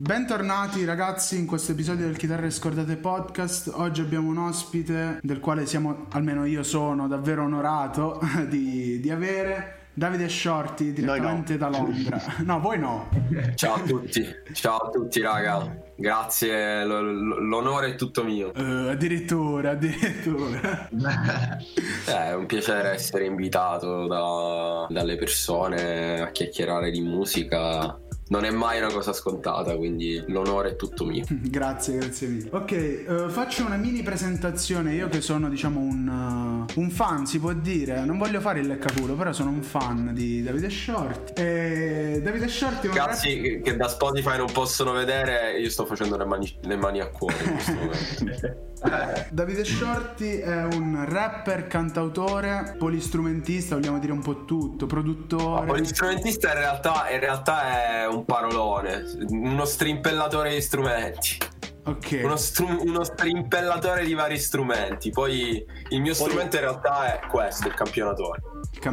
Bentornati ragazzi in questo episodio del Chitarre Scordate Podcast. Oggi abbiamo un ospite del quale almeno io sono davvero onorato di avere Davide Shorty direttamente da Londra. No, voi no. Ciao a tutti raga. Grazie, l'onore è tutto mio. Addirittura. È un piacere essere invitato dalle persone a chiacchierare di musica. Non è mai una cosa scontata, quindi l'onore è tutto mio. Grazie mille. Ok, faccio una mini presentazione. Io che sono, diciamo, un fan, si può dire. Non voglio fare il leccaculo, però sono un fan di Davide Shorty. Davide Shorty è un ragazzi che da Spotify non possono vedere, io sto facendo le mani a cuore in questo momento. Davide Shorty è un rapper, cantautore, polistrumentista, vogliamo dire un po' tutto, produttore. Polistrumentista in realtà è un parolone, uno strimpellatore di strumenti. Ok. Uno strimpellatore di vari strumenti. Poi il mio strumento in realtà è questo, il campionatore.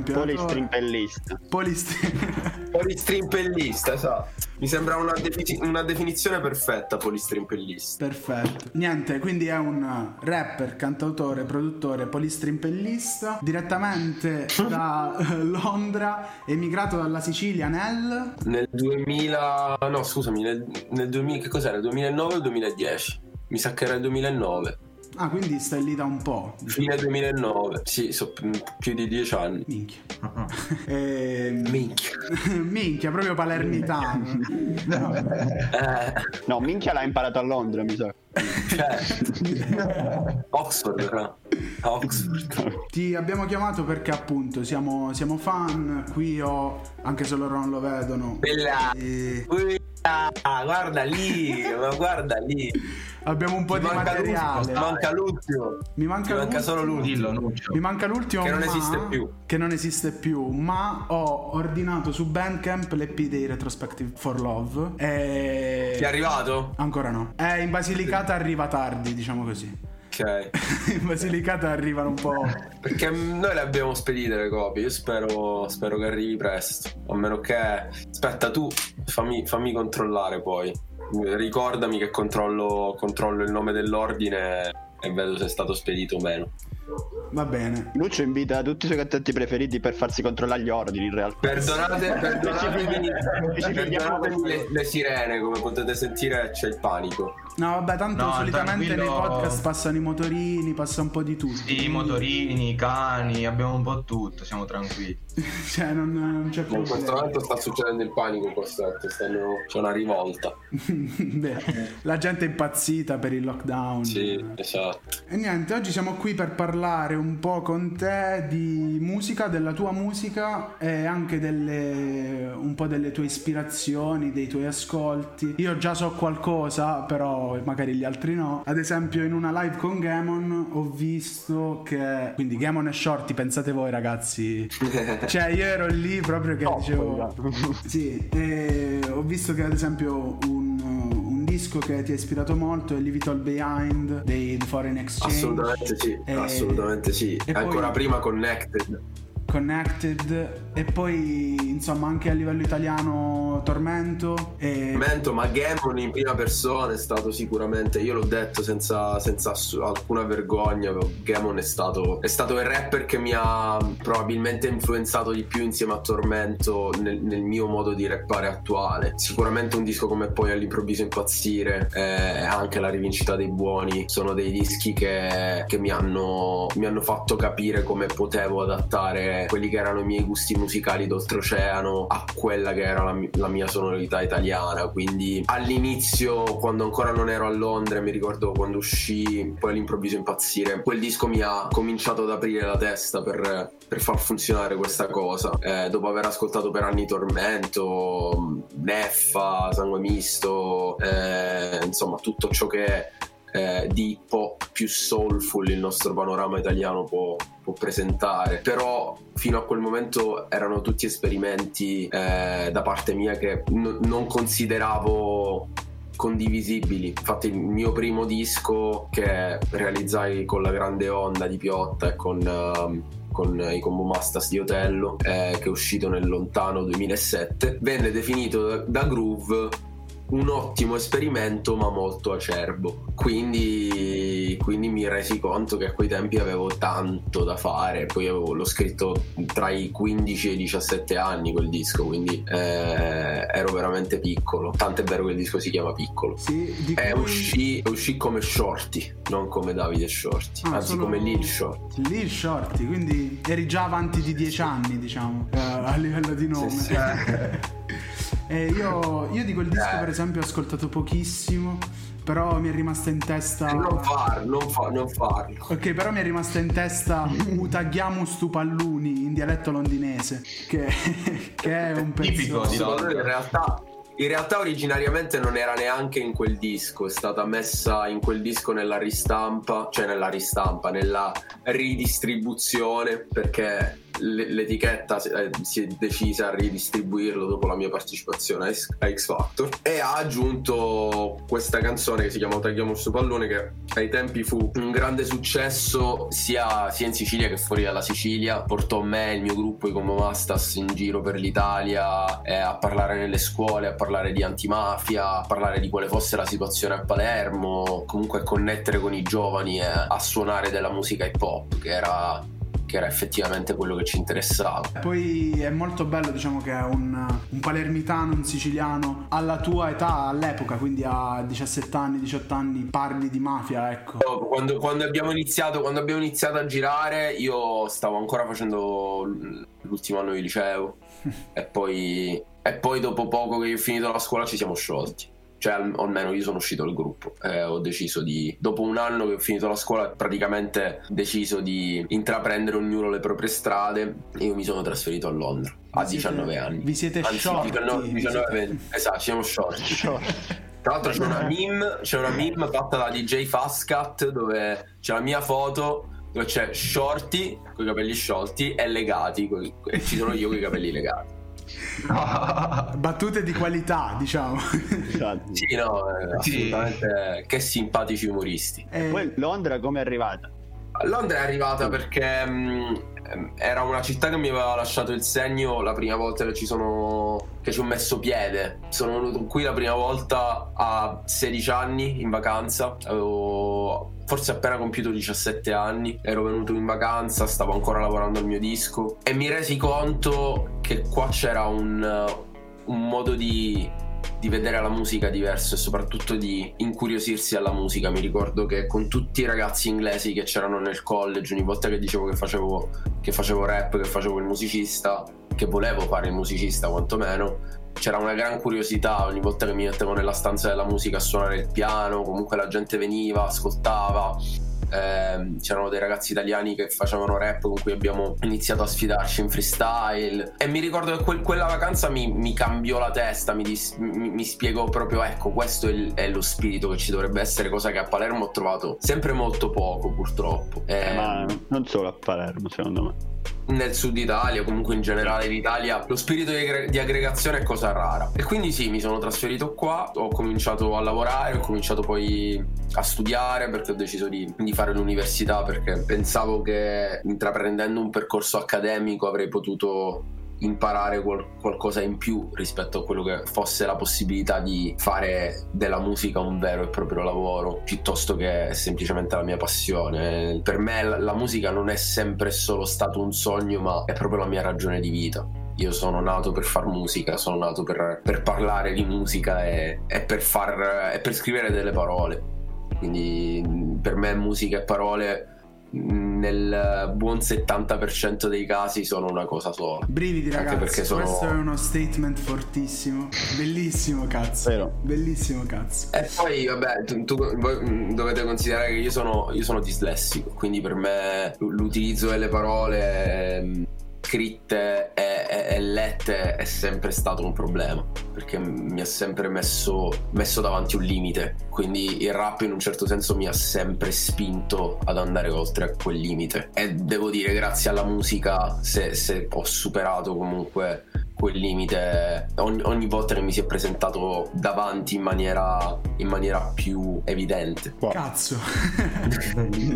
Polistrimpellista, esatto. Mi sembra una definizione perfetta, polistrimpellista. Perfetto. Niente, quindi è un rapper, cantautore, produttore, polistrimpellista, direttamente da Londra, emigrato dalla Sicilia nel 2000, no scusami, nel 2000, che cos'era? 2009 o 2010? Mi sa che era il 2009. Ah, quindi stai lì da un po'. Fine 2009, sì, più di 10 anni. Minchia. Minchia, proprio palermitano. No, minchia l'ha imparato a Londra, mi sa. Oxford. Ti abbiamo chiamato perché appunto siamo fan. Qui io, anche se loro non lo vedono, bella. Guarda lì. Abbiamo un po' di materiale. Mi manca solo l'ultimo. Mi manca l'ultimo che non esiste più. Ma ho ordinato su Bandcamp l'EP dei Retrospective for Love. Ti è arrivato? Ancora no. In Basilicata arriva tardi, diciamo così. Ok. In Basilicata arrivano un po'. Perché noi le abbiamo spedite le copie. Io spero che arrivi presto. A meno che. Aspetta, tu fammi controllare poi. Ricordami che controllo il nome dell'ordine e vedo se è stato spedito o meno. Va bene. Lucio invita tutti i suoi cantanti preferiti per farsi controllare gli ordini, in realtà. Perdonatemi le sirene, come potete sentire c'è il panico. No, vabbè, tanto solitamente nei podcast passano i motorini, passa un po' di tutto. Sì, i motorini, i cani, abbiamo un po' tutto, siamo tranquilli. Cioè non c'è problema. In questo momento sta succedendo il panico costretto, c'è una rivolta. Beh, la gente è impazzita per il lockdown. Sì, esatto. E niente, oggi siamo qui per parlare un po' con te di musica, della tua musica e anche un po' delle tue ispirazioni, dei tuoi ascolti. Io già so qualcosa, però magari gli altri no. Ad esempio in una live con Gamon ho visto che, quindi Gamon e Shorty, pensate voi ragazzi. Cioè io ero lì proprio che dicevo sì, e ho visto che ad esempio un disco che ti ha ispirato molto è Leave It All Behind dei The Foreign Exchange. Assolutamente sì. E ancora poi, prima Connected e poi insomma anche a livello italiano Tormento, ma Gamon in prima persona è stato sicuramente, io l'ho detto senza alcuna vergogna, Gamon è stato il rapper che mi ha probabilmente influenzato di più insieme a Tormento nel mio modo di rappare attuale. Sicuramente un disco come Poi all'improvviso impazzire e anche La rivincita dei buoni sono dei dischi che mi hanno fatto capire come potevo adattare quelli che erano i miei gusti musicali d'oltreoceano a quella che era la mia sonorità italiana. Quindi all'inizio, quando ancora non ero a Londra, mi ricordo quando uscì Poi all'improvviso impazzire, quel disco mi ha cominciato ad aprire la testa per far funzionare questa cosa, dopo aver ascoltato per anni Tormento, Neffa, Sangue Misto, insomma tutto ciò che di pop più soulful il nostro panorama italiano può presentare. Però fino a quel momento erano tutti esperimenti da parte mia che non consideravo condivisibili. Infatti il mio primo disco, che realizzai con la Grande Onda di Piotta e con i Combo Mastas di Otello, che è uscito nel lontano 2007, venne definito da Groove un ottimo esperimento ma molto acerbo, quindi mi resi conto che a quei tempi avevo tanto da fare. Poi l'ho scritto tra i 15 e i 17 anni quel disco, quindi ero veramente piccolo, tant'è vero che il disco si chiama Piccolo. Sì, uscì come Shorty, non come Davide Shorty, anzi come Lil Shorty. Lil Shorty, quindi eri già avanti di 10 anni, diciamo, a livello di nome. Sì. Io di quel disco per esempio ho ascoltato pochissimo, però mi è rimasta in testa. Non farlo. Ok, però mi è rimasta in testa Utaghiamo stu palluni in dialetto londinese, che è un pezzo tipico di Londra. In realtà originariamente non era neanche in quel disco, è stata messa in quel disco nella ridistribuzione, perché l'etichetta si è decisa a ridistribuirlo dopo la mia partecipazione a X Factor, e ha aggiunto questa canzone che si chiama Tagliamo sto pallone, che ai tempi fu un grande successo sia in Sicilia che fuori dalla Sicilia. Portò me e il mio gruppo, i Combo Mastas, in giro per l'Italia a parlare nelle scuole, a parlare di antimafia, a parlare di quale fosse la situazione a Palermo, comunque a connettere con i giovani e a suonare della musica hip hop, che era effettivamente quello che ci interessava. Poi è molto bello, diciamo, che un palermitano, un siciliano alla tua età, all'epoca, quindi a 17 anni, 18 anni, parli di mafia, ecco. Quando abbiamo iniziato a girare, io stavo ancora facendo l'ultimo anno di liceo e poi dopo poco che io ho finito la scuola ci siamo sciolti. Cioè, almeno io sono uscito dal gruppo, ho deciso dopo un anno che ho finito la scuola, praticamente deciso di intraprendere ognuno le proprie strade, e io mi sono trasferito a Londra a 19 anni. Vi siete sciolti? 19, esatto, siamo sciolti. Tra l'altro c'è una meme fatta da DJ Fastcat dove c'è la mia foto, dove c'è Shorty con i capelli sciolti e Legati, e ci sono io con i capelli legati. Battute di qualità, diciamo. Sì, no, assolutamente. Che simpatici umoristi. Poi Londra come è arrivata? Londra è arrivata perché era una città che mi aveva lasciato il segno la prima volta che ci ho messo piede. Sono venuto qui la prima volta a 16 anni in vacanza, avevo forse appena compiuto 17 anni, ero venuto in vacanza, stavo ancora lavorando al mio disco e mi resi conto che qua c'era un modo di vedere la musica diverso e soprattutto di incuriosirsi alla musica. Mi ricordo che con tutti i ragazzi inglesi che c'erano nel college, ogni volta che dicevo che facevo rap, che facevo il musicista, che volevo fare il musicista quantomeno, c'era una gran curiosità. Ogni volta che mi mettevo nella stanza della musica a suonare il piano, comunque la gente veniva, ascoltava. C'erano dei ragazzi italiani che facevano rap con cui abbiamo iniziato a sfidarci in freestyle, e mi ricordo che quella vacanza mi cambiò la testa, mi spiegò proprio, ecco, questo è lo spirito che ci dovrebbe essere, cosa che a Palermo ho trovato sempre molto poco, purtroppo. Ma non solo a Palermo, secondo me. Nel sud Italia, comunque in generale l'Italia, lo spirito di aggregazione è cosa rara. E quindi sì, mi sono trasferito qua, ho cominciato a lavorare, ho cominciato poi a studiare, perché ho deciso di fare l'università, perché pensavo che intraprendendo un percorso accademico avrei potuto imparare qualcosa in più rispetto a quello che fosse la possibilità di fare della musica un vero e proprio lavoro, piuttosto che semplicemente la mia passione. Per me la musica non è sempre solo stato un sogno, ma è proprio la mia ragione di vita. Io sono nato per far musica, sono nato per parlare di musica e per scrivere delle parole. Quindi per me musica e parole nel buon 70% dei casi sono una cosa sola. Brividi, ragazzi, questo è uno statement fortissimo. Bellissimo, cazzo. Vero. Bellissimo, cazzo. E poi vabbè, voi dovete considerare che io sono dislessico, quindi per me l'utilizzo delle parole scritte e lette è sempre stato un problema, perché mi ha sempre messo davanti un limite. Quindi il rap in un certo senso mi ha sempre spinto ad andare oltre a quel limite, e devo dire grazie alla musica se ho superato comunque quel limite ogni volta che mi si è presentato davanti in maniera più evidente. Wow. Cazzo. Mi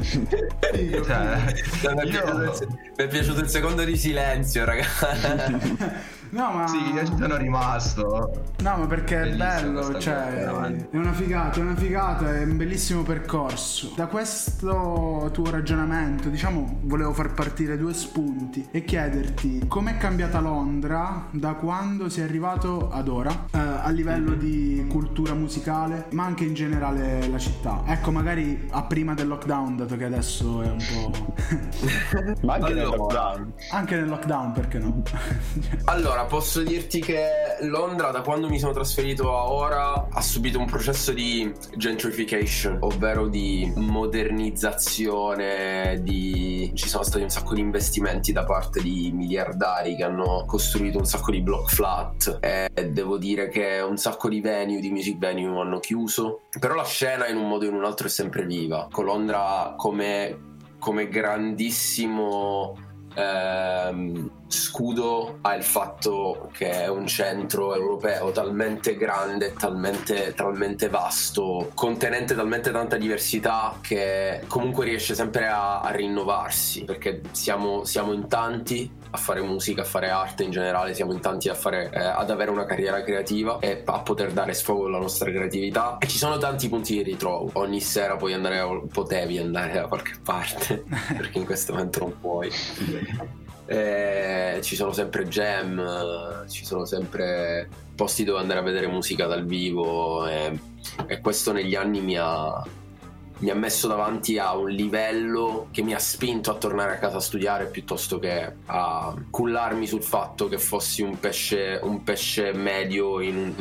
è piaciuto il secondo di silenzio, ragazzi. No, ma sì, io ci sono rimasto. No, ma perché è Bellissimo, bello, cioè è una figata, è un bellissimo percorso. Da questo tuo ragionamento, diciamo, volevo far partire due spunti e chiederti com'è cambiata Londra da quando sei arrivato ad ora, a livello di cultura musicale, ma anche in generale la città. Ecco, magari a prima del lockdown, dato che adesso è un po'... Ma anche nel lockdown. Anche nel lockdown, perché no? Allora, posso dirti che Londra, da quando mi sono trasferito a ora, ha subito un processo di gentrification, ovvero di modernizzazione, ci sono stati un sacco di investimenti da parte di miliardari che hanno costruito un sacco di block flat e devo dire che un sacco di venue, di music venue hanno chiuso, però la scena in un modo o in un altro è sempre viva. Con Londra come grandissimo scudo ha il fatto che è un centro europeo talmente grande, talmente vasto, contenente talmente tanta diversità, che comunque riesce sempre a rinnovarsi, perché siamo in tanti a fare musica, a fare arte in generale, siamo in tanti ad avere una carriera creativa e a poter dare sfogo alla nostra creatività, e ci sono tanti punti di ritrovo. Ogni sera potevi andare da qualche parte perché in questo momento non puoi. Ci sono sempre jam, ci sono sempre posti dove andare a vedere musica dal vivo, e questo negli anni mi ha messo davanti a un livello che mi ha spinto a tornare a casa a studiare piuttosto che a cullarmi sul fatto che fossi un pesce medio in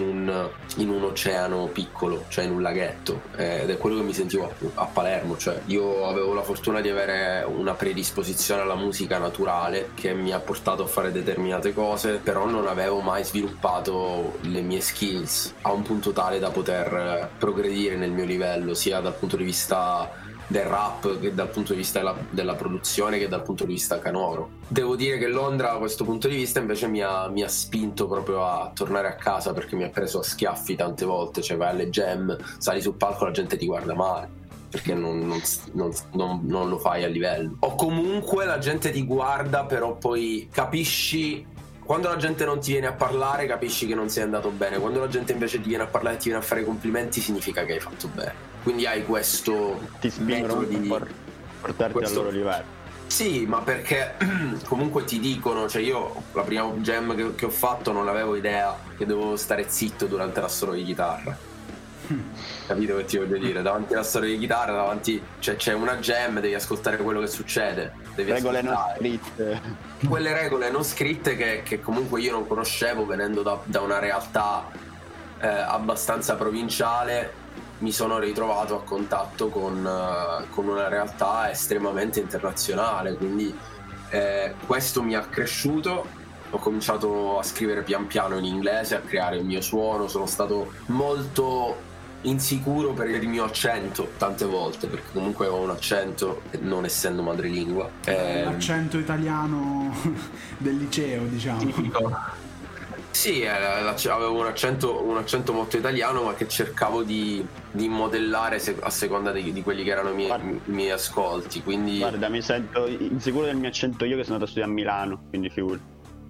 un oceano piccolo, cioè in un laghetto, ed è quello che mi sentivo a Palermo. Cioè io avevo la fortuna di avere una predisposizione alla musica naturale che mi ha portato a fare determinate cose, però non avevo mai sviluppato le mie skills a un punto tale da poter progredire nel mio livello, sia dal punto di vista del rap che dal punto di vista della produzione che dal punto di vista canoro. Devo dire che Londra, da questo punto di vista, invece mi ha spinto proprio a tornare a casa, perché mi ha preso a schiaffi tante volte. Cioè vai alle jam, sali sul palco, la gente ti guarda male perché non lo fai a livello, o comunque la gente ti guarda, però poi capisci. Quando la gente non ti viene a parlare, capisci che non sei andato bene. Quando la gente invece ti viene a parlare e ti viene a fare complimenti, significa che hai fatto bene. Quindi hai questo, ti spingono un po' per portarti al loro livello. Sì, ma perché comunque ti dicono, cioè io la prima jam che ho fatto non avevo idea che dovevo stare zitto durante la solo di chitarra. Capito che ti voglio dire? Davanti alla storia di chitarra, cioè c'è una jam, devi ascoltare quello che succede, devi regole non scritte, quelle regole non scritte che comunque io non conoscevo, venendo da una realtà abbastanza provinciale. Mi sono ritrovato a contatto con una realtà estremamente internazionale, quindi questo mi ha cresciuto. Ho cominciato a scrivere pian piano in inglese, a creare il mio suono. Sono stato molto insicuro per il mio accento tante volte, perché comunque ho un accento, non essendo madrelingua. L'accento italiano del liceo, diciamo. Sì, avevo un accento molto italiano, ma che cercavo di modellare a seconda di quelli che erano i miei ascolti. Quindi guarda, mi sento insicuro del mio accento io, che sono andato a studiare a Milano, quindi figurati.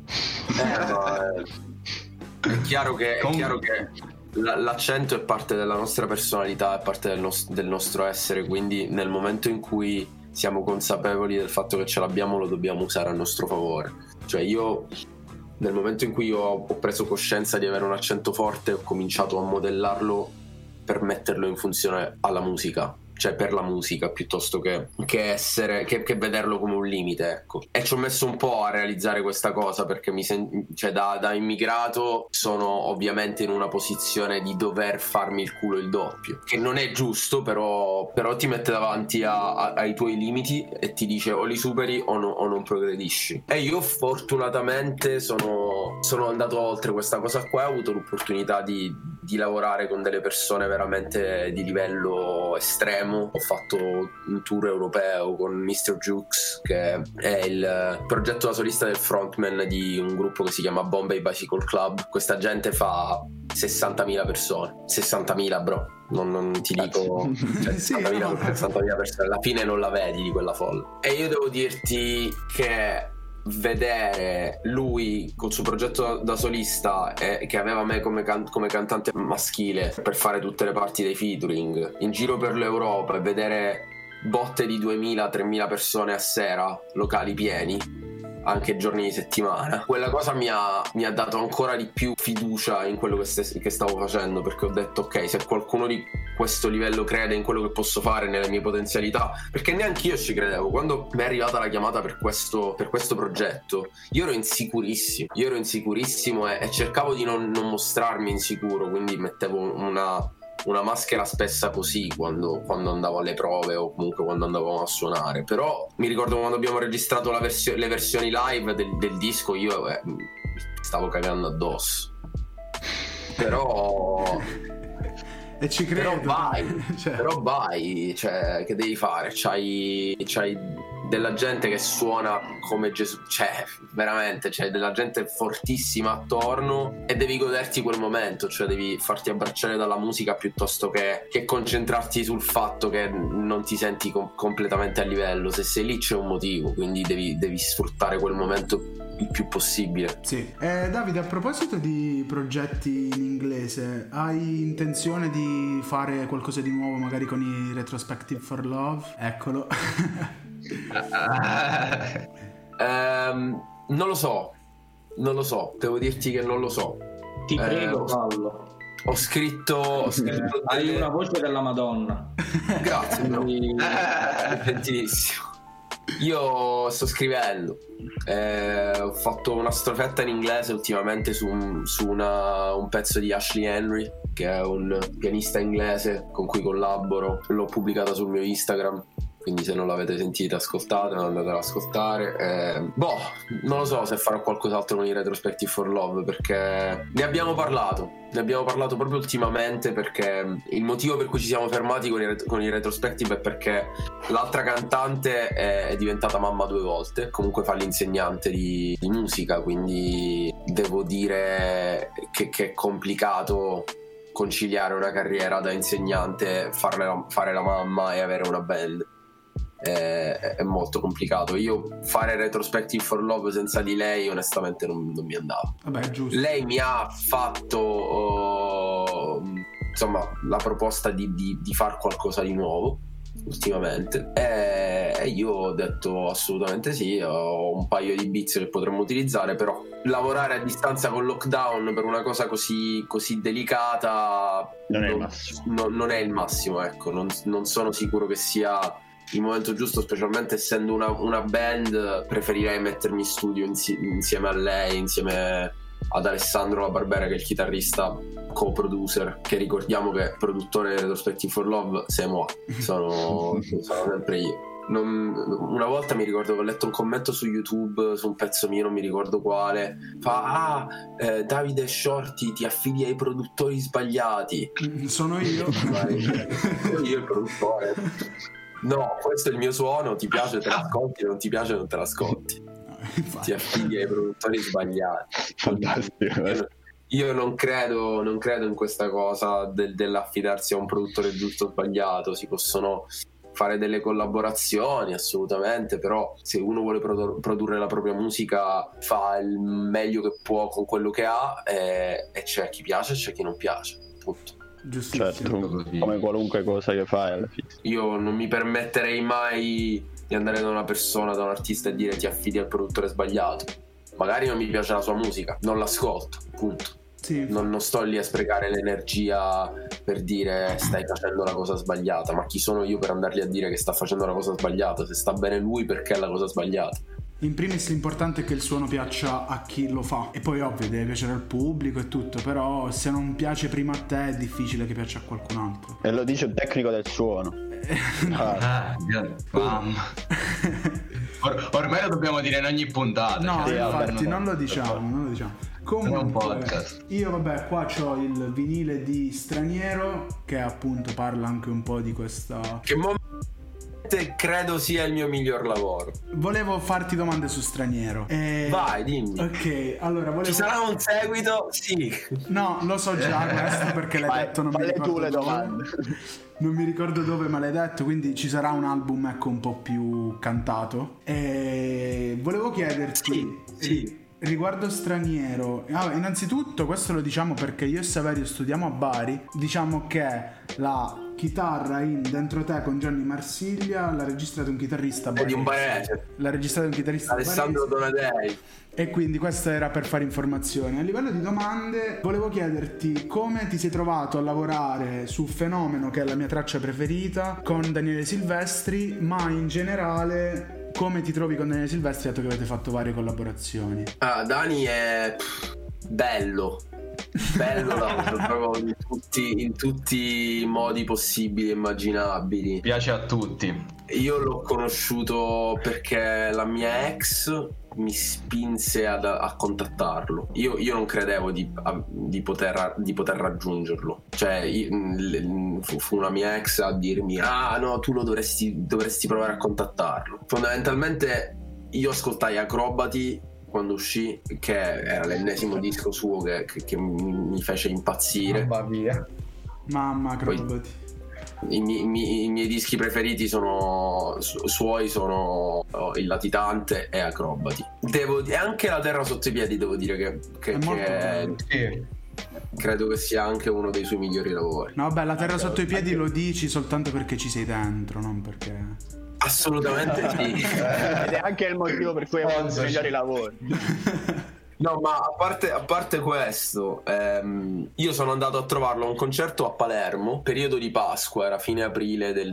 È chiaro che l'accento è parte della nostra personalità, è parte del nostro essere, quindi nel momento in cui siamo consapevoli del fatto che ce l'abbiamo, lo dobbiamo usare a nostro favore. Cioè io, nel momento in cui io ho preso coscienza di avere un accento forte, ho cominciato a modellarlo per metterlo in funzione alla musica, cioè per la musica, piuttosto che vederlo come un limite, ecco. E ci ho messo un po' a realizzare questa cosa, perché cioè da immigrato sono ovviamente in una posizione di dover farmi il culo il doppio, che non è giusto, però ti mette davanti ai tuoi limiti e ti dice o li superi o non progredisci. E io fortunatamente sono andato oltre questa cosa qua, ho avuto l'opportunità di lavorare con delle persone veramente di livello estremo. Ho fatto un tour europeo con Mr. Jukes, che è il progetto da solista del frontman di un gruppo che si chiama Bombay Bicycle Club. Questa gente fa 60.000 persone. 60.000, bro, non ti dico, cioè, 60.000 persone, alla fine non la vedi di quella folla. E io devo dirti che vedere lui col suo progetto da solista che aveva me come cantante maschile per fare tutte le parti dei featuring in giro per l'Europa e vedere botte di 2000-3000 persone a sera, locali pieni anche giorni di settimana, quella cosa mi ha dato ancora di più fiducia in quello che stavo facendo, perché ho detto ok, se qualcuno di questo livello crede in quello che posso fare, nelle mie potenzialità, perché neanche io ci credevo quando mi è arrivata la chiamata per questo progetto. Io ero insicurissimo e cercavo di non mostrarmi insicuro, quindi mettevo una maschera spessa così quando andavo alle prove o comunque quando andavo a suonare. Però mi ricordo quando abbiamo registrato le versioni live del disco, io mi stavo cagando addosso, però e ci credo. Però vai, cioè, che devi fare? C'hai della gente che suona come Gesù, cioè veramente c'è della gente fortissima attorno e devi goderti quel momento, cioè devi farti abbracciare dalla musica piuttosto che concentrarti sul fatto che non ti senti completamente a livello. Se sei lì c'è un motivo, quindi devi sfruttare quel momento il più possibile. Sì. Davide, a proposito di progetti in inglese, hai intenzione di fare qualcosa di nuovo magari con i Retrospective for Love? Eccolo. Non lo so, devo dirti che non lo so. Ti prego, fallo. Ho scritto Hai una voce della Madonna. Grazie, gentilissimo. Io sto scrivendo, ho fatto una strofetta in inglese ultimamente su un pezzo di Ashley Henry, che è un pianista inglese con cui collaboro. L'ho pubblicata sul mio Instagram, quindi se non l'avete sentita ascoltatela, andate ad ascoltare. Non lo so se farò qualcos'altro con i Retrospective for Love, perché ne abbiamo parlato proprio ultimamente, perché il motivo per cui ci siamo fermati con i Retrospective è perché l'altra cantante è diventata mamma 2 volte, comunque fa l'insegnante di musica, quindi devo dire che è complicato conciliare una carriera da insegnante, fare la mamma e avere una band. È molto complicato. Io fare Retrospective for Love senza di lei onestamente non mi andava. Vabbè, giusto. Lei mi ha fatto insomma la proposta di far qualcosa di nuovo ultimamente e io ho detto assolutamente sì. Ho un paio di beats che potremmo utilizzare, però lavorare a distanza con lockdown per una cosa così delicata non è il massimo, ecco. Non sono sicuro che sia il momento giusto, specialmente essendo una band. Preferirei mettermi in studio insieme a lei, insieme ad Alessandro La Barbera, che è il chitarrista co-producer, che ricordiamo che produttore di Retrospective for Love sono sempre io. Una volta mi ricordo che ho letto un commento su YouTube su un pezzo mio, non mi ricordo quale, Davide Shorty ti affidi ai produttori sbagliati. Sono io. Sono io il produttore. No, questo è il mio suono, ti piace te l'ascolti, non ti piace non te l'ascolti. Ti affidi ai produttori sbagliati. Fantastico. Io non credo in questa cosa dell'affidarsi a un produttore giusto o sbagliato. Si possono fare delle collaborazioni assolutamente, però se uno vuole produrre la propria musica fa il meglio che può con quello che ha, e c'è chi piace e c'è chi non piace, punto. Certo, come qualunque cosa che fai alla fine. Io non mi permetterei mai di andare da una persona, da un artista, e dire ti affidi al produttore sbagliato. Magari non mi piace la sua musica, non l'ascolto, punto. Sì. Non sto lì a sprecare l'energia per dire stai facendo la cosa sbagliata, ma chi sono io per andargli a dire che sta facendo la cosa sbagliata? Se sta bene lui, perché è la cosa sbagliata? In primis l'importante è che il suono piaccia a chi lo fa, e poi ovvio deve piacere al pubblico e tutto, però se non piace prima a te è difficile che piaccia a qualcun altro. E lo dice un tecnico del suono. Ormai lo dobbiamo dire in ogni puntata. No, cioè, infatti non lo diciamo. Comunque io qua c'ho il vinile di Straniero, che appunto parla anche un po' di questa... Che momento credo sia il mio miglior lavoro. Volevo farti domande su Straniero. Vai, dimmi. Ok, allora Ci sarà un seguito? Sì. No, lo so già questo perché l'hai detto, non mi ricordo tu le dove. domande. Non mi ricordo dove, ma l'hai detto, quindi ci sarà un album, ecco, un po' più cantato. E volevo chiederti sì. Riguardo Straniero, innanzitutto questo lo diciamo perché io e Saverio studiamo a Bari. Diciamo che la chitarra in Dentro Te con Gianni Marsiglia l'ha registrato un chitarrista barese. Di un barese. L'ha registrato un chitarrista Alessandro Donadei. E quindi questo era per fare informazioni. A livello di domande volevo chiederti come ti sei trovato a lavorare su Fenomeno, che è la mia traccia preferita, con Daniele Silvestri, ma in generale come ti trovi con Daniele Silvestri, dato che avete fatto varie collaborazioni? Dani è bello proprio in tutti i modi possibili e immaginabili. Piace a tutti. Io l'ho conosciuto perché la mia ex mi spinse a contattarlo. Io non credevo di poter raggiungerlo. Cioè fu una mia ex a dirmi no, tu lo dovresti provare a contattarlo. Fondamentalmente io ascoltai Acrobati quando uscì, che era l'ennesimo disco suo che mi fece impazzire. Mamma Acrobati. I miei dischi preferiti suoi sono Il Latitante e Acrobati. E anche La Terra sotto i piedi, devo dire che credo che sia anche uno dei suoi migliori lavori. No, vabbè, La Terra sotto i piedi lo dici soltanto perché ci sei dentro, non perché... Assolutamente sì. Ed è anche il motivo per cui è uno dei migliori lavori. No, ma a parte questo, io sono andato a trovarlo a un concerto a Palermo, periodo di Pasqua, era fine aprile del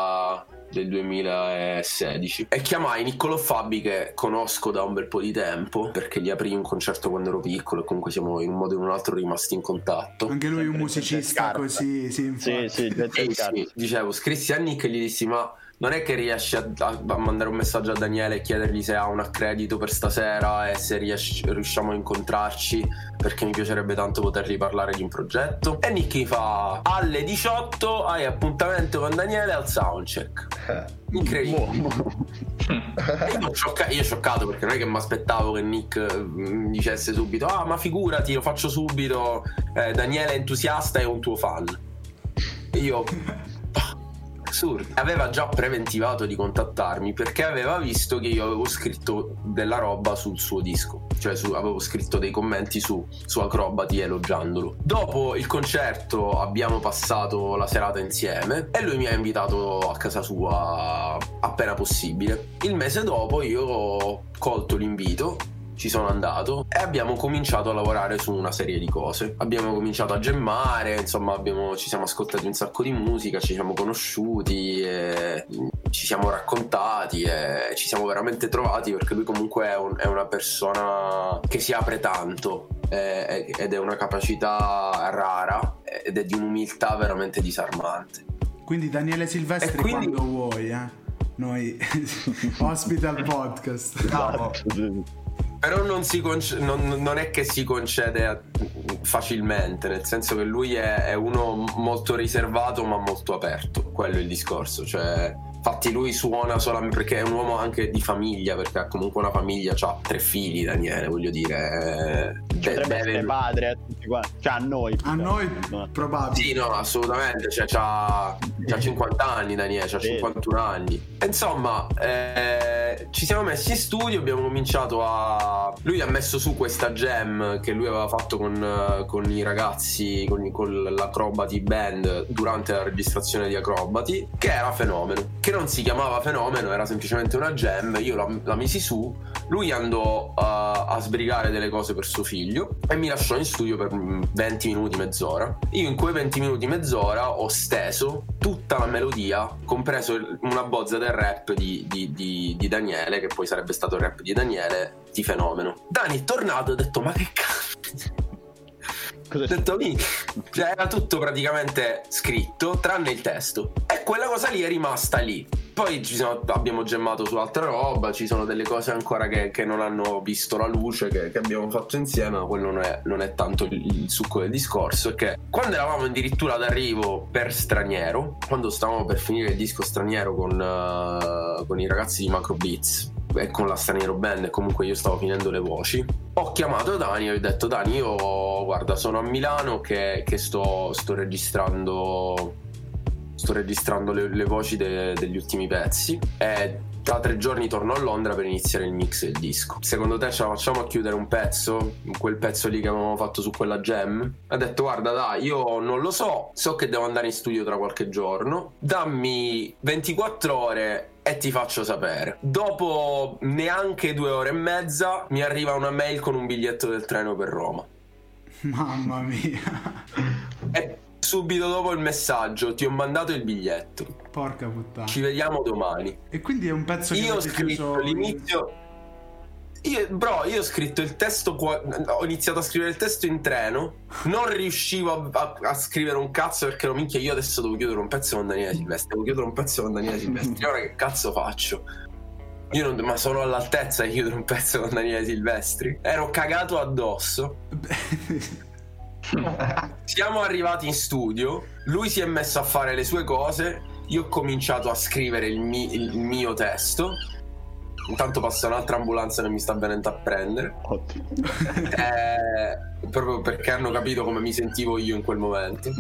2016, e chiamai Niccolò Fabi, che conosco da un bel po' di tempo perché gli aprì un concerto quando ero piccolo e comunque siamo in un modo o in un altro rimasti in contatto. Anche lui è un musicista così, sì, dicevo, scrissi a Nick e gli dissi: ma non è che riesci a mandare un messaggio a Daniele e chiedergli se ha un accredito per stasera e se riusciamo a incontrarci, perché mi piacerebbe tanto potergli parlare di un progetto? E Nick mi fa: alle 18 hai appuntamento con Daniele al soundcheck. Incredibile. Io scioccato, perché non è che mi aspettavo che Nick mi dicesse subito: ma figurati, lo faccio subito, Daniele è entusiasta e un tuo fan. E io assurdo. Aveva già preventivato di contattarmi perché aveva visto che io avevo scritto della roba sul suo disco, cioè avevo scritto dei commenti su Acrobati elogiandolo. Dopo il concerto abbiamo passato la serata insieme e lui mi ha invitato a casa sua appena possibile. Il mese dopo io ho colto l'invito, ci sono andato e abbiamo cominciato a lavorare su una serie di cose. Abbiamo cominciato a gemmare, insomma ci siamo ascoltati un sacco di musica, ci siamo conosciuti e ci siamo raccontati e ci siamo veramente trovati, perché lui comunque è una persona che si apre tanto ed è una capacità rara ed è di un'umiltà veramente disarmante. Quindi Daniele Silvestri, quando vuoi, noi ospite al podcast. No. Però non è che si concede facilmente, nel senso che lui è uno molto riservato ma molto aperto, quello è il discorso. Cioè, infatti lui suona solamente perché è un uomo anche di famiglia, perché ha comunque una famiglia, c'ha 3 figli Daniele, voglio dire, potrebbe essere padre a tutti quanti, cioè a noi probabile. Sì, no, assolutamente, cioè c'ha 50 anni Daniele, c'ha 51 anni. Insomma, ci siamo messi in studio, abbiamo cominciato lui ha messo su questa jam che lui aveva fatto con i ragazzi, con l'Acrobati Band durante la registrazione di Acrobati, che era Fenomeno, che non si chiamava Fenomeno, era semplicemente una jam. Io la misi su, lui andò a sbrigare delle cose per suo figlio e mi lasciò in studio per 20 minuti, mezz'ora. Io in quei 20 minuti, mezz'ora ho steso tutta la melodia, compreso una bozza del rap di Daniele, che poi sarebbe stato il rap di Daniele, di Fenomeno. Dani è tornato e ho detto: ma che cazzo? Ho detto cioè, era tutto praticamente scritto tranne il testo, e quella cosa lì è rimasta lì. poi abbiamo gemmato su altra roba, ci sono delle cose ancora che non hanno visto la luce, che abbiamo fatto insieme, ma quello non è tanto il succo del discorso. È che quando eravamo addirittura d'arrivo per Straniero, quando stavamo per finire il disco Straniero con i ragazzi di Macro Beats e con la Straniero Band, e comunque io stavo finendo le voci, ho chiamato Dani e ho detto: Dani, io guarda, sono a Milano che sto registrando le voci degli ultimi pezzi, e tra 3 giorni torno a Londra per iniziare il mix del disco. Secondo te ce la facciamo a chiudere un pezzo, quel pezzo lì che avevamo fatto su quella jam? Ha detto: guarda, dai, io non lo so che devo andare in studio tra qualche giorno, dammi 24 ore e ti faccio sapere. Dopo neanche 2 ore e mezza mi arriva una mail con un biglietto del treno per Roma. Mamma mia. E subito dopo il messaggio: ti ho mandato il biglietto, porca puttana, ci vediamo domani. E quindi è un pezzo che io ho scritto l'inizio. Io ho scritto il testo ho iniziato a scrivere il testo in treno, non riuscivo a scrivere un cazzo, perché ero minchia, io adesso devo chiudere un pezzo con Daniele Silvestri, ora che cazzo faccio? Ma sono all'altezza di chiudere un pezzo con Daniele Silvestri? Ero cagato addosso. Siamo arrivati in studio, lui si è messo a fare le sue cose, io ho cominciato a scrivere il mio testo. Intanto passa un'altra ambulanza che mi sta venendo a prendere. Proprio perché hanno capito come mi sentivo io in quel momento.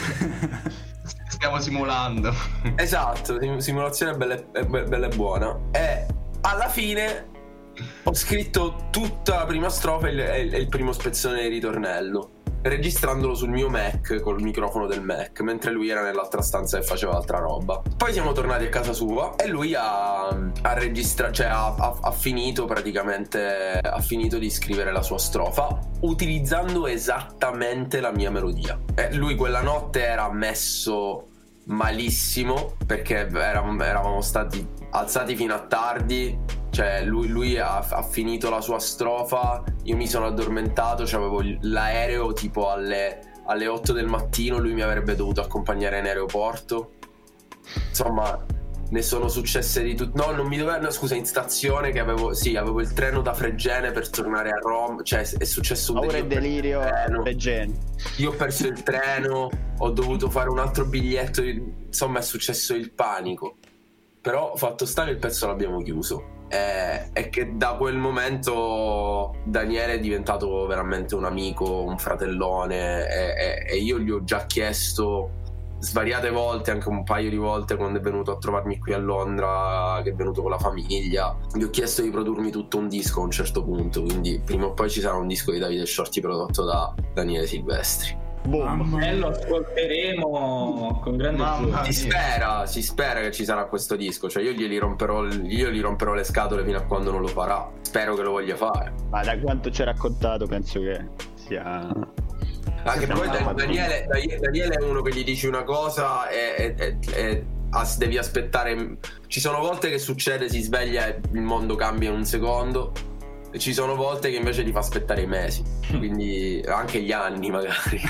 Stiamo simulando. Esatto, simulazione bella e buona. E alla fine ho scritto tutta la prima strofa e il primo spezzone di ritornello, registrandolo sul mio Mac col microfono del Mac, mentre lui era nell'altra stanza e faceva altra roba. Poi siamo tornati a casa sua e lui ha registrato, cioè ha finito praticamente, ha finito di scrivere la sua strofa utilizzando esattamente la mia melodia. E lui quella notte era messo malissimo, perché eravamo stati alzati fino a tardi. Cioè lui ha finito la sua strofa, io mi sono addormentato, avevo l'aereo tipo alle 8 del mattino, lui mi avrebbe dovuto accompagnare in aeroporto. Insomma, ne sono successe di tutto. No, non mi doveva, no, scusa, in stazione che avevo il treno da Fregene per tornare a Roma. Cioè è successo un delirio Fregene. Io ho perso il treno, ho dovuto fare un altro biglietto, insomma è successo il panico. Però fatto sta che il pezzo l'abbiamo chiuso. È che da quel momento Daniele è diventato veramente un amico, un fratellone, e io gli ho già chiesto svariate volte, anche un paio di volte quando è venuto a trovarmi qui a Londra, che è venuto con la famiglia, gli ho chiesto di produrmi tutto un disco a un certo punto, quindi prima o poi ci sarà un disco di Davide Shorty prodotto da Daniele Silvestri. E lo ascolteremo con grande gioia. Si spera che ci sarà questo disco. Cioè io gli romperò le scatole fino a quando non lo farà. Spero che lo voglia fare. Ma da quanto ci ha raccontato penso che sia... Anche poi Daniele è uno che gli dici una cosa e devi aspettare. Ci sono volte che succede, si sveglia e il mondo cambia in un secondo, e ci sono volte che invece ti fa aspettare i mesi, quindi anche gli anni magari.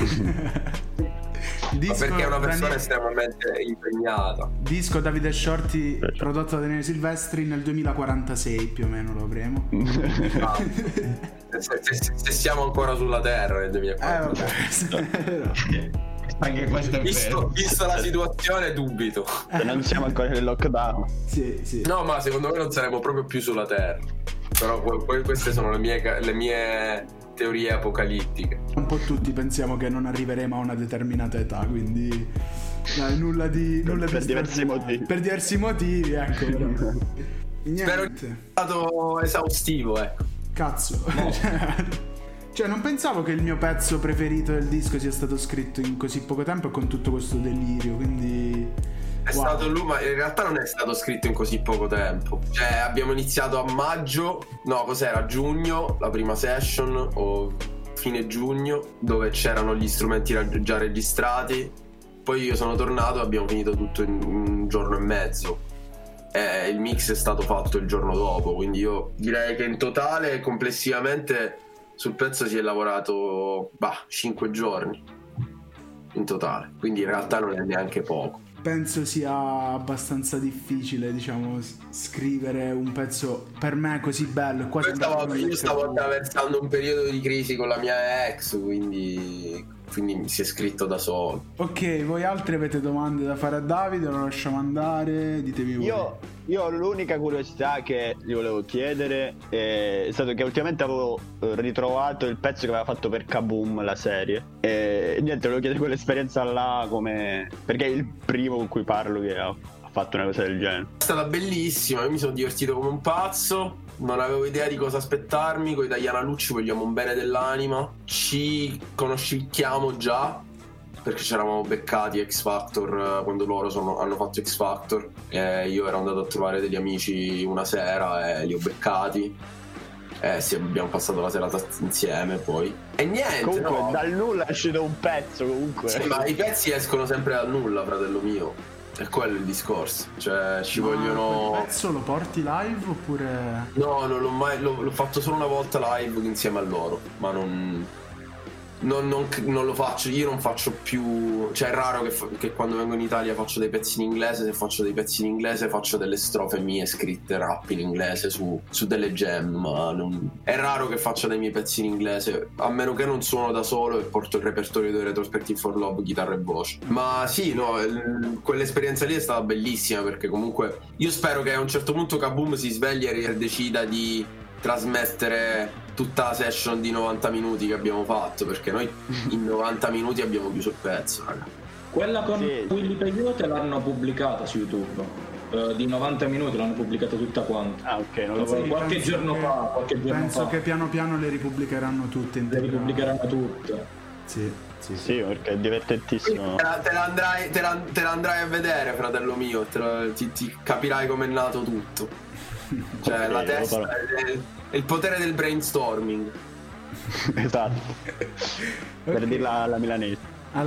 Ma perché è una persona estremamente impegnata. Disco Davide Shorty prodotto da Daniele Silvestri nel 2046 più o meno lo avremo. Se siamo ancora sulla Terra nel 2046. Anche questo è visto la situazione dubito. Non siamo ancora nel lockdown. Sì. No, ma secondo me non saremo proprio più sulla Terra. Però queste sono le mie teorie apocalittiche. Un po' tutti pensiamo che non arriveremo a una determinata età, quindi nulla di diversi motivi. Per diversi motivi, ecco. Spero che sia stato esaustivo, ecco. Cazzo. No. Cioè non pensavo che il mio pezzo preferito del disco sia stato scritto in così poco tempo e con tutto questo delirio, quindi è stato lui, ma in realtà non è stato scritto in così poco tempo. Cioè abbiamo iniziato a maggio, no, cos'era? Giugno, la prima session, o fine giugno, dove c'erano gli strumenti già registrati. Poi io sono tornato e abbiamo finito tutto in un giorno e mezzo. Il mix è stato fatto il giorno dopo, quindi io direi che in totale, complessivamente, sul pezzo si è lavorato 5 giorni. in totale, quindi in realtà non è neanche poco. Penso sia abbastanza difficile, diciamo, scrivere un pezzo per me così bello. Io stavo attraversando un periodo di crisi con la mia ex, quindi mi si è scritto da solo. Ok, voi altri avete domande da fare a Davide? Lo lasciamo andare, ditemi voi. Io l'unica curiosità che gli volevo chiedere è stato che ultimamente avevo ritrovato il pezzo che aveva fatto per Kaboom, la serie, e niente, volevo chiedere quell'esperienza là, come, perché è il primo con cui parlo che ha fatto una cosa del genere. È stata bellissima, io mi sono divertito come un pazzo, non avevo idea di cosa aspettarmi. Con i Diana Lucci vogliamo un bene dell'anima, ci conosciamo già perché ci eravamo beccati X Factor quando loro hanno fatto X Factor, e io ero andato a trovare degli amici una sera e li ho beccati. Sì, abbiamo passato la serata insieme poi. E niente, comunque, no, dal nulla è uscito un pezzo comunque. Sì, ma i pezzi escono sempre dal nulla, fratello mio. È quello il discorso. Cioè, ci vogliono. Il pezzo lo porti live oppure. No, non l'ho mai. L'ho fatto solo una volta live insieme a loro. Ma non lo faccio. Io non faccio più. Cioè, è raro che quando vengo in Italia faccio dei pezzi in inglese. Se faccio dei pezzi in inglese faccio delle strofe mie scritte rap in inglese su delle jam. Ma è raro che faccia dei miei pezzi in inglese, a meno che non suono da solo e porto il repertorio dei Retrospective for Love, chitarra e voce. Ma sì, no, quell'esperienza lì è stata bellissima, perché comunque io spero che a un certo punto Kaboom si svegli e decida di trasmettere tutta la session di 90 minuti che abbiamo fatto, perché noi in 90 minuti abbiamo chiuso il pezzo, raga. Quella con Willy Peyote l'hanno pubblicata su YouTube, di 90 minuti l'hanno pubblicata tutta quanta. Ah, ok, non lo so. Qualche giorno fa. Penso che piano piano le ripubblicheranno tutte. Le ripubblicheranno tutte. Sì, perché è divertentissimo. Te la andrai a vedere, fratello mio, ti capirai com'è nato tutto. Cioè, okay, la testa è il potere del brainstorming. Esatto. Per dirla alla milanese.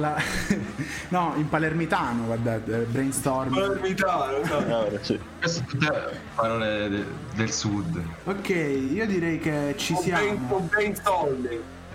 No, in palermitano, guardate, brainstorming. Palermitano, esatto. Sì. Queste tutte parole del sud. Ok, io direi che ci siamo. Brainstorming.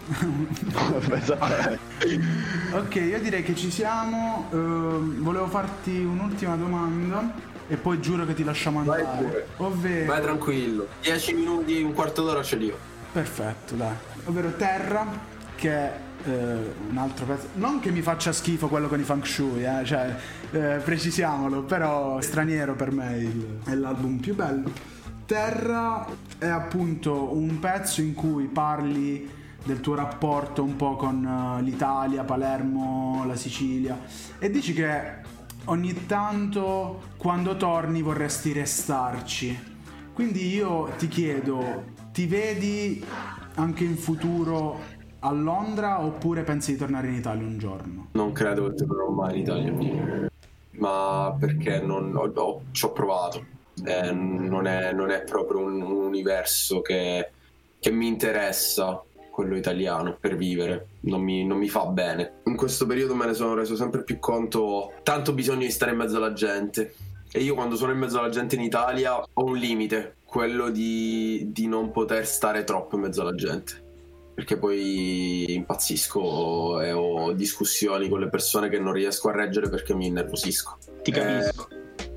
Ok, io direi che ci siamo. Volevo farti un'ultima domanda e poi giuro che ti lasciamo andare. Ovvero, vai tranquillo, 10 minuti, un quarto d'ora ce li ho. Perfetto, dai. Ovvero Terra, che è un altro pezzo. Non che mi faccia schifo quello con i feng shui, cioè, precisiamolo, però Straniero per me è l'album più bello. Terra è appunto un pezzo in cui parli del tuo rapporto un po' con l'Italia, Palermo, la Sicilia, e dici che ogni tanto quando torni vorresti restarci. Quindi io ti chiedo, ti vedi anche in futuro a Londra oppure pensi di tornare in Italia un giorno? Non credo che tornerò mai in Italia, ma perché ci ho provato. Non è proprio un universo che mi interessa, quello italiano, per vivere. Non mi fa bene. In questo periodo me ne sono reso sempre più conto. Ho tanto bisogno di stare in mezzo alla gente, e io quando sono in mezzo alla gente in Italia ho un limite, quello di non poter stare troppo in mezzo alla gente, perché poi impazzisco e ho discussioni con le persone che non riesco a reggere perché mi innervosisco. Ti capisco.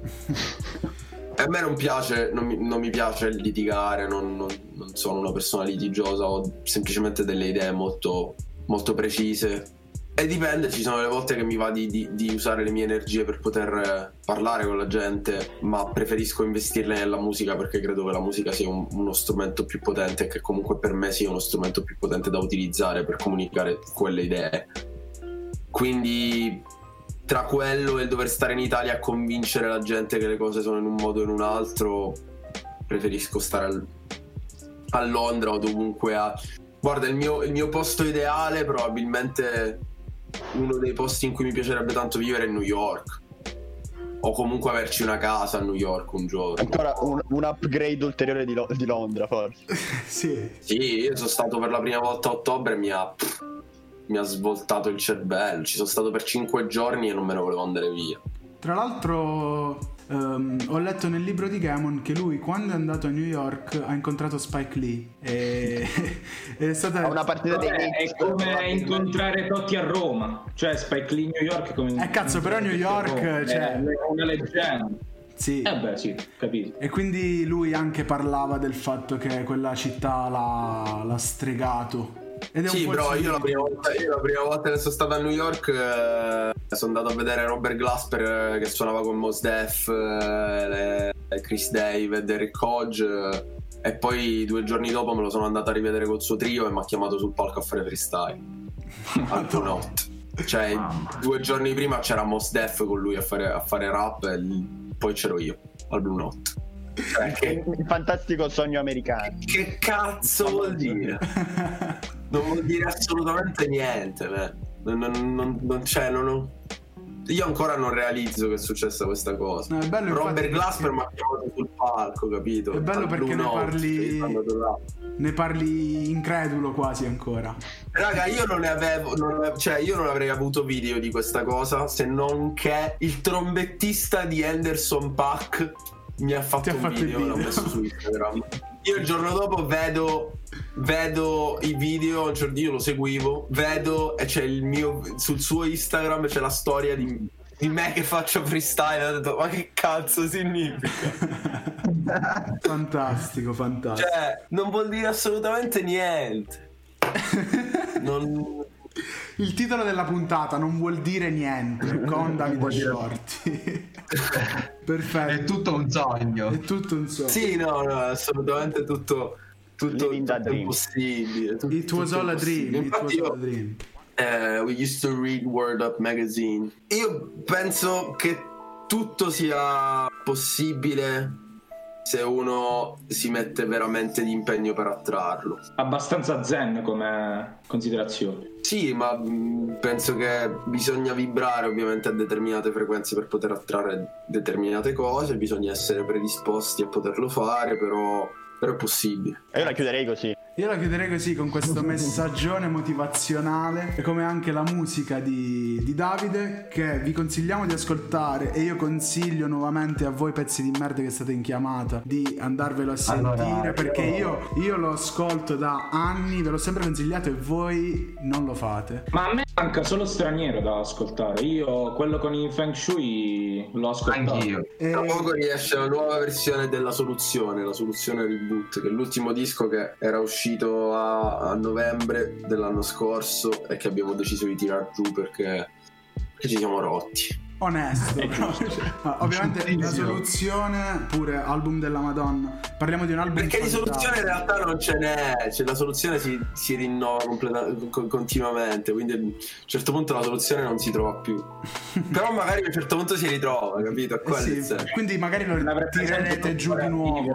A me non mi piace litigare, non sono una persona litigiosa, ho semplicemente delle idee molto, molto precise, e dipende, ci sono le volte che mi va di usare le mie energie per poter parlare con la gente, ma preferisco investirle nella musica, perché credo che la musica sia uno strumento più potente, e che comunque per me sia uno strumento più potente da utilizzare per comunicare quelle idee. Quindi tra quello e il dover stare in Italia a convincere la gente che le cose sono in un modo o in un altro, preferisco stare a Londra o dovunque. Guarda, il mio posto ideale, probabilmente uno dei posti in cui mi piacerebbe tanto vivere, è New York, o comunque averci una casa a New York un giorno. Ancora un upgrade ulteriore di Londra, forse. Sì, io sono stato per la prima volta a ottobre, mi ha svoltato il cervello. Ci sono stato per 5 giorni e non me ne volevo andare via. Tra l'altro ho letto nel libro di Gamon che lui, quando è andato a New York, ha incontrato Spike Lee e è stata una partita dei Knicks. È come incontrare Totti a Roma, cioè Spike Lee New York come cazzo, però New York cioè... è una leggenda. Sì. Sì, capito. E quindi lui anche parlava del fatto che quella città l'ha stregato. Ed è sì, un po' bro, io la prima volta che sono stato a New York sono andato a vedere Robert Glasper che suonava con Mos Def, Chris David, Rick Hodge, e poi 2 giorni dopo me lo sono andato a rivedere col suo trio e mi ha chiamato sul palco a fare freestyle al Blue Note. Cioè 2 giorni prima c'era Mos Def con lui a fare rap e poi c'ero io al Blue Note. Il fantastico sogno americano. Che cazzo vuol dire? Non vuol dire assolutamente niente, io ancora non realizzo che è successa questa cosa. No, è bello, Robert Glasper mi ha chiamato sul palco, capito? È bello perché ne parli incredulo quasi ancora. Raga, io non avrei avuto video di questa cosa se non che il trombettista di Anderson .Paak mi ha fatto un video e l'ho messo su Instagram. Io il giorno dopo vedo i video, io lo seguivo, vedo e c'è sul suo Instagram c'è la storia di me che faccio freestyle. Ho detto, ma che cazzo significa? Fantastico. Cioè, non vuol dire assolutamente niente. Il titolo della puntata non vuol dire niente con Davide Shorty. Perfetto. È tutto un sogno. Sì, no, assolutamente tutto impossibile. It was all a dream. We used to read Word Up magazine. Io penso che tutto sia possibile se uno si mette veramente di impegno per attrarlo. Abbastanza zen come considerazione. Sì, ma penso che bisogna vibrare ovviamente a determinate frequenze per poter attrarre determinate cose, bisogna essere predisposti a poterlo fare, però è possibile. Io la chiuderei così con questo messaggione motivazionale, e come anche la musica di Davide, che vi consigliamo di ascoltare, e io consiglio nuovamente a voi pezzi di merda che state in chiamata di andarvelo a sentire, perché io lo ascolto da anni, ve l'ho sempre consigliato e voi non lo fate. Ma a me manca solo Straniero da ascoltare. Io quello con il Feng Shui l'ho ascoltato anch'io. Tra poco riesce la nuova versione della Soluzione, la Soluzione Reboot, che è l'ultimo disco che era uscito a novembre dell'anno scorso e che abbiamo deciso di tirar giù perché ci siamo rotti. Onesto, ovviamente la Soluzione, pure album della Madonna. Parliamo di un album perché di soluzione in realtà non ce n'è, cioè la soluzione si rinnova continuamente, quindi a un certo punto la soluzione non si trova più. Però magari a un certo punto si ritrova, capito? Sì, quindi magari lo tirerete giù di nuovo.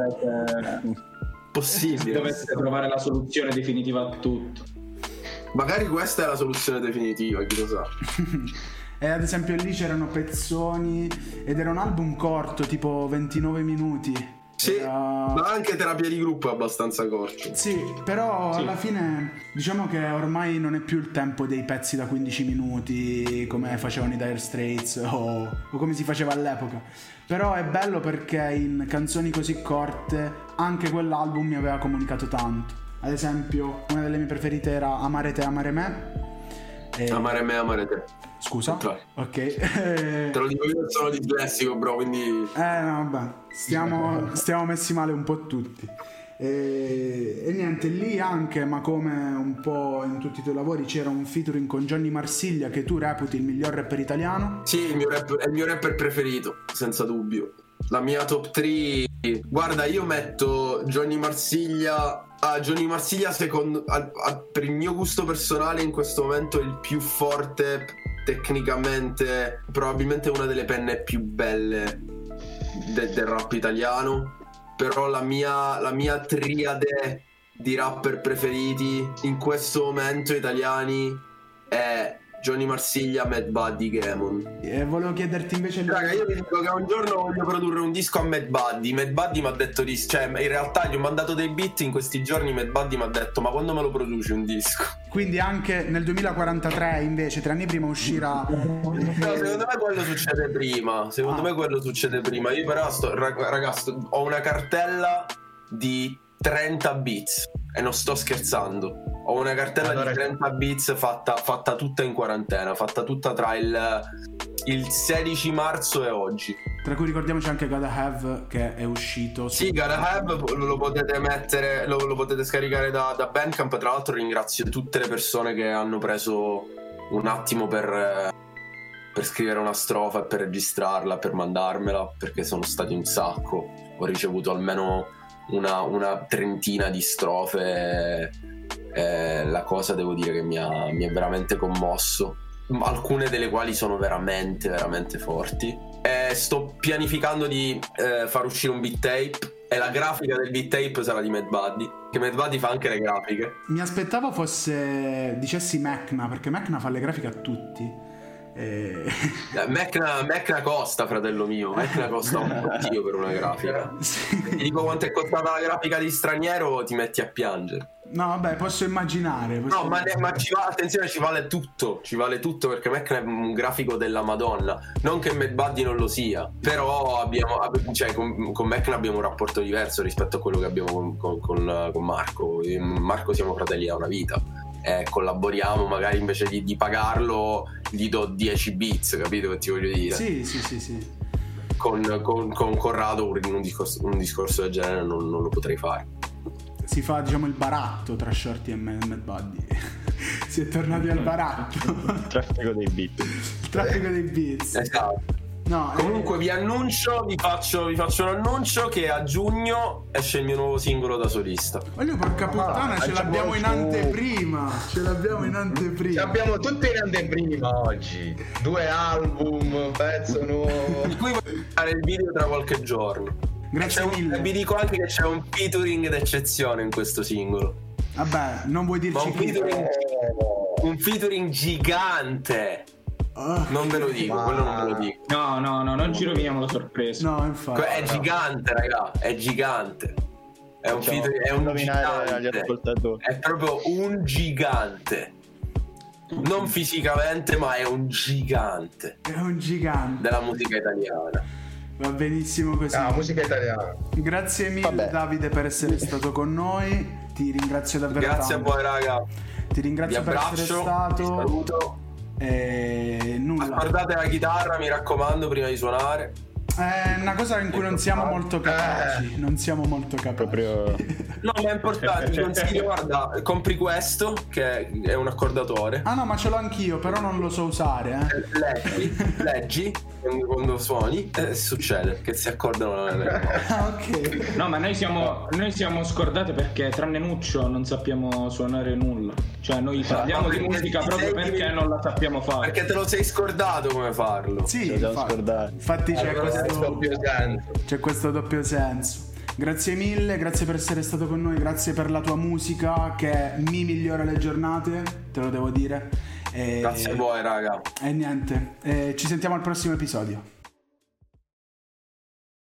Possibile. Dovesse trovare la soluzione definitiva a tutto. Magari questa è la soluzione definitiva, chi lo sa. E ad esempio lì c'erano pezzoni ed era un album corto, tipo 29 minuti. Sì, ma anche Terapia di Gruppo è abbastanza corto. Sì, però alla fine diciamo che ormai non è più il tempo dei pezzi da 15 minuti come facevano i Dire Straits o come si faceva all'epoca. Però è bello perché in canzoni così corte anche quell'album mi aveva comunicato tanto. Ad esempio una delle mie preferite era Amare te, amare me. Amare me, amare te. Scusa? Ok. Te lo dico io, sono dislessico, bro, quindi... No, vabbè, stiamo messi male un po' tutti. E niente, lì anche, ma come un po' in tutti i tuoi lavori, c'era un featuring con Johnny Marsiglia, che tu reputi il miglior rapper italiano. Sì, è il mio rapper preferito, senza dubbio. La mia top 3... Guarda, io metto Johnny Marsiglia... Johnny Marsiglia secondo per il mio gusto personale in questo momento è il più forte tecnicamente, probabilmente una delle penne più belle del rap italiano. Però la mia triade di rapper preferiti in questo momento italiani è Johnny Marsiglia, Mad Buddy, Gamon. E volevo chiederti invece... Raga, io vi dico che un giorno voglio produrre un disco a Mad Buddy. Mad Buddy mi ha detto cioè, in realtà gli ho mandato dei beat in questi giorni. Mad Buddy mi ha detto: ma quando me lo produci un disco? Quindi anche nel 2043 invece, 3 anni prima uscirà... No, secondo me quello succede prima. Secondo me quello succede prima. Io però ragazzi, ho una cartella di 30 beats e non sto scherzando. Ho una cartella di 30 beats fatta tutta in quarantena, fatta tutta tra il 16 marzo e oggi. Tra cui ricordiamoci anche Gotta Have, che è uscito. Sì, Gotta Have lo potete mettere, lo potete scaricare da Bandcamp. Tra l'altro ringrazio tutte le persone che hanno preso un attimo per scrivere una strofa e per registrarla, per mandarmela, perché sono stati un sacco. Ho ricevuto almeno una trentina di strofe. La cosa devo dire che mi ha veramente commosso, alcune delle quali sono veramente veramente forti. Sto pianificando di far uscire un beat tape e la grafica del beat tape sarà di Mad Buddy, che Mad Buddy fa anche le grafiche. Mi aspettavo dicessi Mecna, perché Mecna fa le grafiche a tutti. Mecna costa, fratello mio. Mecna costa un po' per una grafica. Sì. Ti dico quanto è costata la grafica di Straniero, ti metti a piangere. No, vabbè, posso immaginare. No, ma attenzione, ci vale tutto perché Mecna è un grafico della Madonna. Non che Mad Buddy non lo sia, però con Mecna abbiamo un rapporto diverso rispetto a quello che abbiamo con Marco. Marco siamo fratelli da una vita. Collaboriamo, magari invece di pagarlo gli do 10 bits, capito che ti voglio dire? Sì. Con Corrado un discorso del genere non lo potrei fare. Si fa, diciamo, il baratto tra Shorty e Mad Buddy. Si è tornati al baratto. Il traffico dei beat. Il traffico dei beats. Esatto. No, comunque vi faccio un annuncio che a giugno esce il mio nuovo singolo da solista. Voglio, porca puttana, ce l'abbiamo in anteprima. Abbiamo tutte in anteprima oggi. 2 album, pezzo nuovo. Di cui voglio fare il video tra qualche giorno. Grazie mille. Vi dico anche che c'è un featuring d'eccezione in questo singolo. Vabbè, non vuoi dirci un featuring gigante. Non ve lo dico, quello non ve lo dico. No, non ci roviniamo la sorpresa. No, infatti. È gigante, raga, è gigante. È un featuring, è un gigante. È proprio un gigante. Non fisicamente, ma è un gigante. È un gigante della musica italiana. Va benissimo così. Musica italiana. Grazie mille, Davide, per essere stato con noi. Ti ringrazio davvero Grazie tanto. A voi, raga. Ti ringrazio per essere stato. Ti saluto. Nulla. Guardate la chitarra, mi raccomando, prima di suonare. È una cosa in cui non siamo molto capaci. Non siamo molto capaci. Proprio... No, ma è importante. Ti consiglio, guarda, compri questo, che è un accordatore. Ah no, ma ce l'ho anch'io, però non lo so usare. Leggi quando suoni e succede che si accordano le ok. No, ma noi siamo scordati perché tranne Nuccio non sappiamo suonare nulla. Cioè noi parliamo di musica proprio perché non la sappiamo fare. Perché te lo sei scordato come farlo. Sì, infatti c'è questo doppio senso. Grazie mille, grazie per essere stato con noi, grazie per la tua musica che mi migliora le giornate, te lo devo dire. Grazie a voi, raga. E niente, ci sentiamo al prossimo episodio.